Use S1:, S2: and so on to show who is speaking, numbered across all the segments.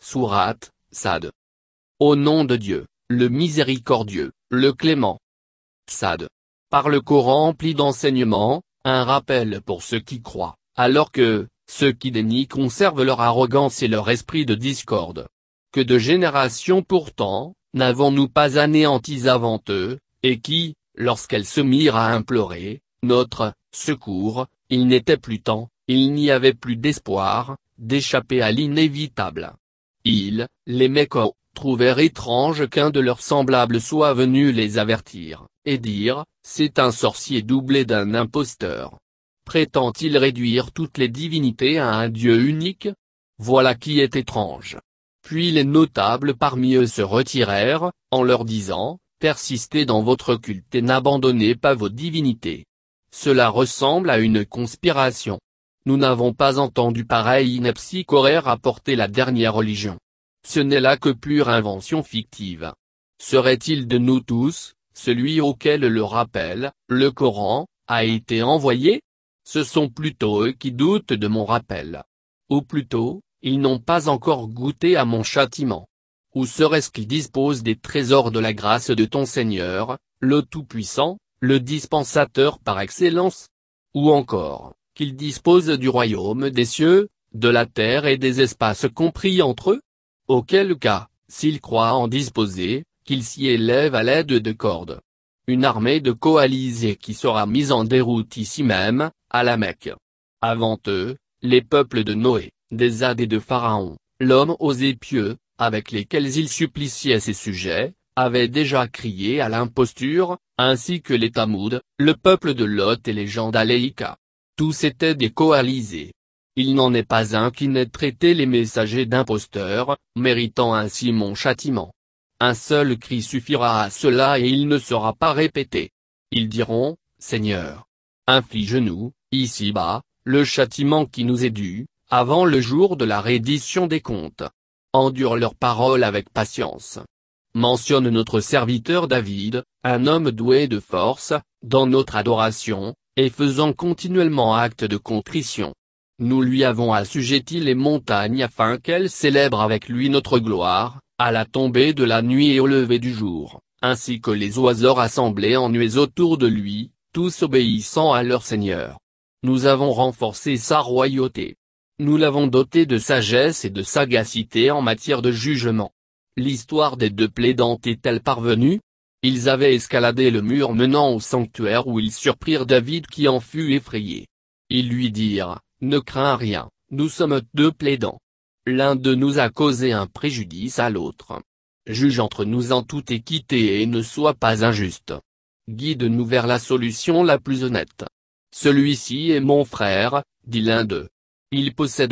S1: Sourate, Sad. Au nom de Dieu, le miséricordieux, le clément. Sad. Par le Coran empli d'enseignements, un rappel pour ceux qui croient, alors que, ceux qui dénient conservent leur arrogance et leur esprit de discorde. Que de générations pourtant, n'avons-nous pas anéantis avant eux, et qui, lorsqu'elles se mirent à implorer notre secours, il n'était plus temps, il n'y avait plus d'espoir, d'échapper à l'inévitable. Ils, les Mécois, trouvèrent étrange qu'un de leurs semblables soit venu les avertir, et dire, c'est un sorcier doublé d'un imposteur. Prétend-il réduire toutes les divinités à un Dieu unique? Voilà qui est étrange. Puis les notables parmi eux se retirèrent, en leur disant, persistez dans votre culte et n'abandonnez pas vos divinités. Cela ressemble à une conspiration. Nous n'avons pas entendu pareille ineptie qu'aurait rapporté la dernière religion. Ce n'est là que pure invention fictive. Serait-il de nous tous, celui auquel le rappel, le Coran, a été envoyé? Ce sont plutôt eux qui doutent de mon rappel. Ou plutôt, ils n'ont pas encore goûté à mon châtiment. Ou serait-ce qu'ils disposent des trésors de la grâce de ton Seigneur, le Tout-Puissant, le dispensateur par excellence? Ou encore, qu'ils disposent du royaume des cieux, de la terre et des espaces compris entre eux? Auquel cas, s'ils croient en disposer, qu'ils s'y élèvent à l'aide de cordes. Une armée de coalisés qui sera mise en déroute ici même, à la Mecque. Avant eux, les peuples de Noé, des Ad et de Pharaon, l'homme osé pieux, avec lesquels il suppliciait ses sujets, avaient déjà crié à l'imposture, ainsi que les Tamoud, le peuple de Lot et les gens d'Aléïka. Tous étaient des coalisés. Il n'en est pas un qui n'ait traité les messagers d'imposteurs, méritant ainsi mon châtiment. Un seul cri suffira à cela et il ne sera pas répété. Ils diront, Seigneur, inflige-nous, ici-bas, le châtiment qui nous est dû, avant le jour de la reddition des comptes. Endure leurs paroles avec patience. Mentionne notre serviteur David, un homme doué de force, dans notre adoration, et faisant continuellement acte de contrition. Nous lui avons assujetti les montagnes afin qu'elles célèbrent avec lui notre gloire, à la tombée de la nuit et au lever du jour, ainsi que les oiseaux rassemblés en nuées autour de lui, tous obéissant à leur Seigneur. Nous avons renforcé sa royauté. Nous l'avons doté de sagesse et de sagacité en matière de jugement. L'histoire des deux plaidantes est-elle parvenue? Ils avaient escaladé le mur menant au sanctuaire où ils surprirent David qui en fut effrayé. Ils lui dirent, ne crains rien, nous sommes deux plaidants. L'un de nous a causé un préjudice à l'autre. Juge entre nous en toute équité et ne sois pas injuste. Guide-nous vers la solution la plus honnête. Celui-ci est mon frère, dit l'un d'eux. Il possède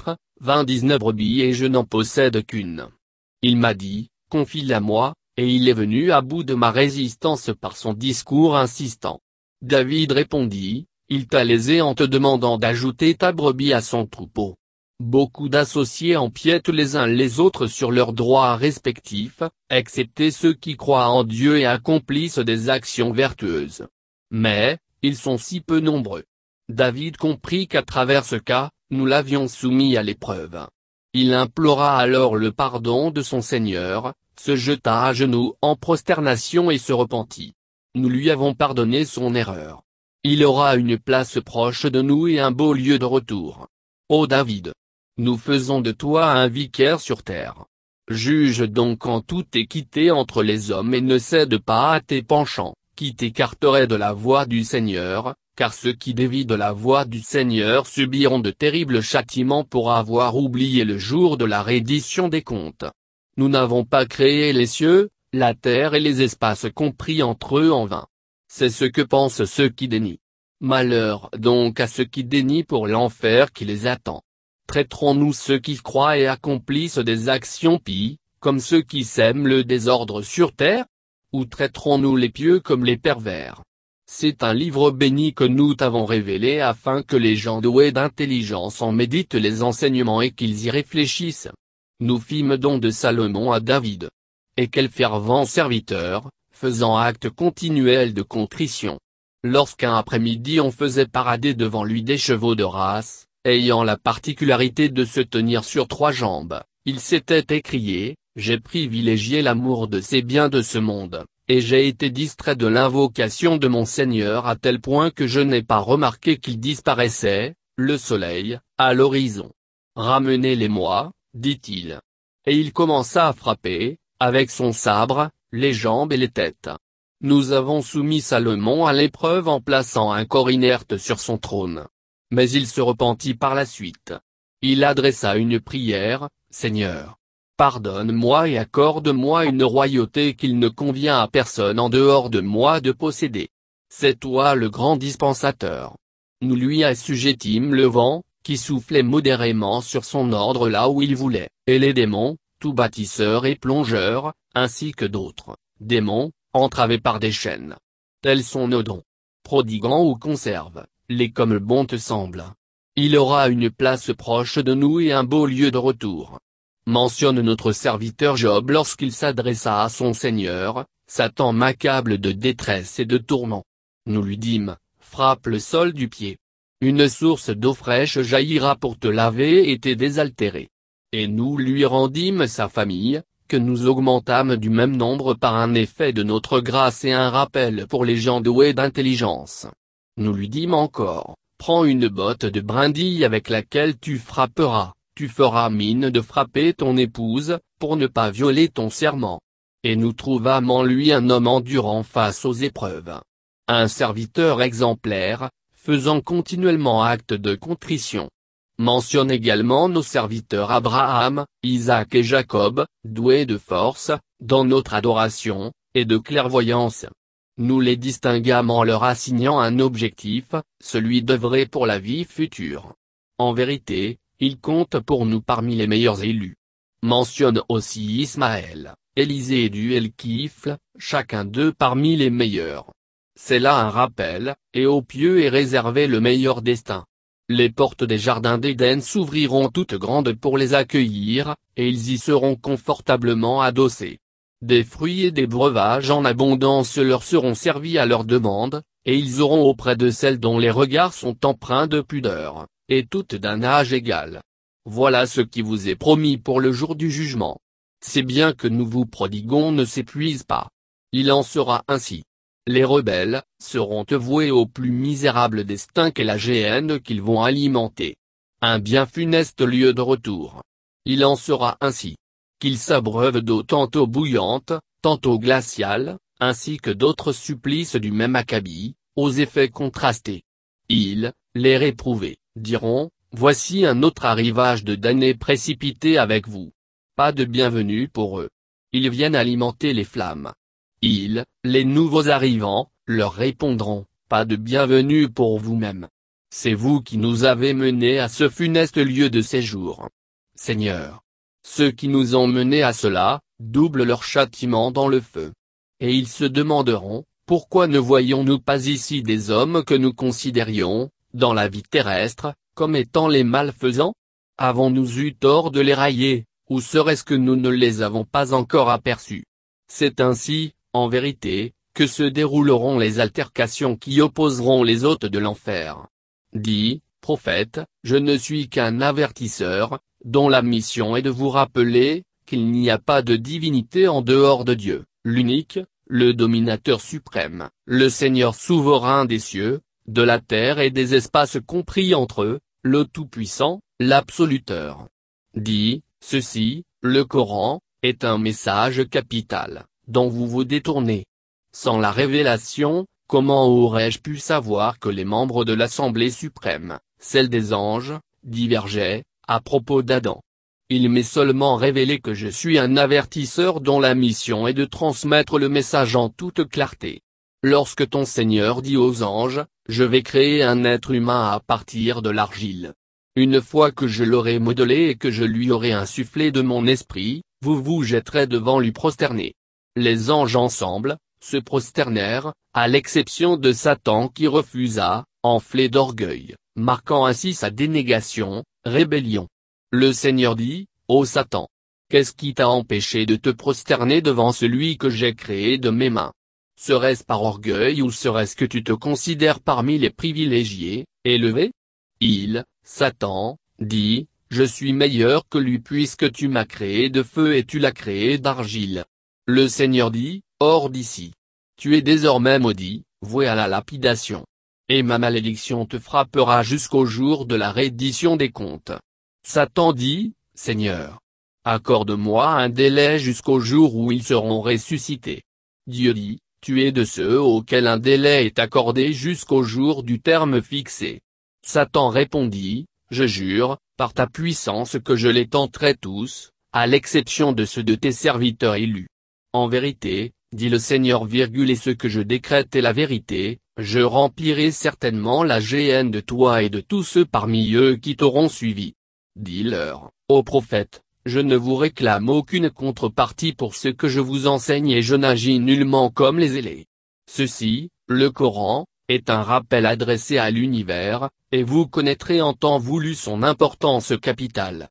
S1: 99 brebis et je n'en possède qu'une. Il m'a dit, confie-la moi, et il est venu à bout de ma résistance par son discours insistant. David répondit, il t'a lésé en te demandant d'ajouter ta brebis à son troupeau. Beaucoup d'associés empiètent les uns les autres sur leurs droits respectifs, excepté ceux qui croient en Dieu et accomplissent des actions vertueuses. Mais, ils sont si peu nombreux. David comprit qu'à travers ce cas, nous l'avions soumis à l'épreuve. Il implora alors le pardon de son Seigneur, se jeta à genoux en prosternation et se repentit. Nous lui avons pardonné son erreur. Il aura une place proche de nous et un beau lieu de retour. Ô David! Nous faisons de toi un vicaire sur terre. Juge donc en toute équité entre les hommes et ne cède pas à tes penchants, qui t'écarteraient de la voie du Seigneur, car ceux qui dévient de la voie du Seigneur subiront de terribles châtiments pour avoir oublié le jour de la reddition des comptes. Nous n'avons pas créé les cieux, la terre et les espaces compris entre eux en vain. C'est ce que pensent ceux qui dénient. Malheur donc à ceux qui dénient pour l'enfer qui les attend. Traiterons-nous ceux qui croient et accomplissent des actions pies, comme ceux qui sèment le désordre sur terre? Ou traiterons-nous les pieux comme les pervers? C'est un livre béni que nous t'avons révélé afin que les gens doués d'intelligence en méditent les enseignements et qu'ils y réfléchissent. Nous fîmes don de Salomon à David. Et quel fervent serviteur, faisant acte continuel de contrition. Lorsqu'un après-midi on faisait parader devant lui des chevaux de race, ayant la particularité de se tenir sur 3 jambes, Il s'était écrié, j'ai privilégié l'amour de ces biens de ce monde, et j'ai été distrait de l'invocation de mon Seigneur à tel point que je n'ai pas remarqué qu'il disparaissait, le soleil, à l'horizon. Ramenez-les-moi, dit-il. Et il commença à frapper, avec son sabre, les jambes et les têtes. Nous avons soumis Salomon à l'épreuve en plaçant un corps inerte sur son trône. Mais il se repentit par la suite. Il adressa une prière, Seigneur, pardonne-moi et accorde-moi une royauté qu'il ne convient à personne en dehors de moi de posséder. C'est toi le grand dispensateur. Nous lui assujettîmes le vent, qui soufflait modérément sur son ordre là où il voulait, et les démons, tout bâtisseurs et plongeurs, ainsi que d'autres, démons, entravés par des chaînes. Tels sont nos dons. Prodiguant ou conserve, les comme bon te semble. Il aura une place proche de nous et un beau lieu de retour. Mentionne notre serviteur Job lorsqu'il s'adressa à son Seigneur, Satan m'accable de détresse et de tourments. Nous lui dîmes, frappe le sol du pied. Une source d'eau fraîche jaillira pour te laver et te désaltérer. Et nous lui rendîmes sa famille, que nous augmentâmes du même nombre par un effet de notre grâce et un rappel pour les gens doués d'intelligence. Nous lui dîmes encore, prends une botte de brindille avec laquelle tu frapperas, tu feras mine de frapper ton épouse, pour ne pas violer ton serment. Et nous trouvâmes en lui un homme endurant face aux épreuves. Un serviteur exemplaire, faisant continuellement acte de contrition. Mentionne également nos serviteurs Abraham, Isaac et Jacob, doués de force, dans notre adoration, et de clairvoyance. Nous les distinguâmes en leur assignant un objectif, celui d'œuvrer pour la vie future. En vérité, ils comptent pour nous parmi les meilleurs élus. Mentionne aussi Ismaël, Élisée et Duel-Kifl, chacun d'eux parmi les meilleurs. C'est là un rappel, et aux pieux est réservé le meilleur destin. Les portes des jardins d'Éden s'ouvriront toutes grandes pour les accueillir, et ils y seront confortablement adossés. Des fruits et des breuvages en abondance leur seront servis à leur demande, et ils auront auprès de celles dont les regards sont empreints de pudeur, et toutes d'un âge égal. Voilà ce qui vous est promis pour le jour du jugement. Ces biens que nous vous prodiguons ne s'épuisent pas. Il en sera ainsi. Les rebelles seront voués au plus misérable destin qu'est la géhenne qu'ils vont alimenter. Un bien funeste lieu de retour. Il en sera ainsi. Qu'ils s'abreuvent d'eau tantôt bouillante, tantôt glaciale, ainsi que d'autres supplices du même acabit, aux effets contrastés. Ils, les réprouvés, diront, voici un autre arrivage de damnés précipités avec vous. Pas de bienvenue pour eux. Ils viennent alimenter les flammes. Ils, les nouveaux arrivants, leur répondront, pas de bienvenue pour vous-même. C'est vous qui nous avez menés à ce funeste lieu de séjour. Seigneur. Ceux qui nous ont menés à cela, doublent leur châtiment dans le feu. Et ils se demanderont, pourquoi ne voyons-nous pas ici des hommes que nous considérions, dans la vie terrestre, comme étant les malfaisants? Avons-nous eu tort de les railler, ou serait-ce que nous ne les avons pas encore aperçus? C'est ainsi, en vérité, que se dérouleront les altercations qui opposeront les hôtes de l'enfer. Dis, prophète, je ne suis qu'un avertisseur, dont la mission est de vous rappeler, qu'il n'y a pas de divinité en dehors de Dieu, l'unique, le dominateur suprême, le Seigneur souverain des cieux, de la terre et des espaces compris entre eux, le Tout-Puissant, l'Absoluteur. Dis, ceci, le Coran, est un message capital, dont vous vous détournez. Sans la révélation, comment aurais-je pu savoir que les membres de l'Assemblée suprême, celle des anges, divergeaient, à propos d'Adam? Il m'est seulement révélé que je suis un avertisseur dont la mission est de transmettre le message en toute clarté. Lorsque ton Seigneur dit aux anges, je vais créer un être humain à partir de l'argile. Une fois que je l'aurai modelé et que je lui aurai insufflé de mon esprit, vous vous jetterez devant lui prosterner. Les anges ensemble, se prosternèrent, à l'exception de Satan qui refusa, enflé d'orgueil, marquant ainsi sa dénégation, rébellion. Le Seigneur dit, ô Satan, qu'est-ce qui t'a empêché de te prosterner devant celui que j'ai créé de mes mains? Serait-ce par orgueil ou serait-ce que tu te considères parmi les privilégiés, élevés? Il, Satan, dit, je suis meilleur que lui puisque tu m'as créé de feu et tu l'as créé d'argile. Le Seigneur dit, hors d'ici. Tu es désormais maudit, voué à la lapidation. Et ma malédiction te frappera jusqu'au jour de la reddition des comptes. Satan dit, Seigneur, accorde-moi un délai jusqu'au jour où ils seront ressuscités. Dieu dit, tu es de ceux auxquels un délai est accordé jusqu'au jour du terme fixé. Satan répondit, je jure, par ta puissance que je les tenterai tous, à l'exception de ceux de tes serviteurs élus. En vérité, dit le Seigneur, et ce que je décrète est la vérité, je remplirai certainement la géhenne de toi et de tous ceux parmi eux qui t'auront suivi. Dis-leur, ô prophète, je ne vous réclame aucune contrepartie pour ce que je vous enseigne et je n'agis nullement comme les zélés. Ceci, le Coran, est un rappel adressé à l'univers, et vous connaîtrez en temps voulu son importance capitale.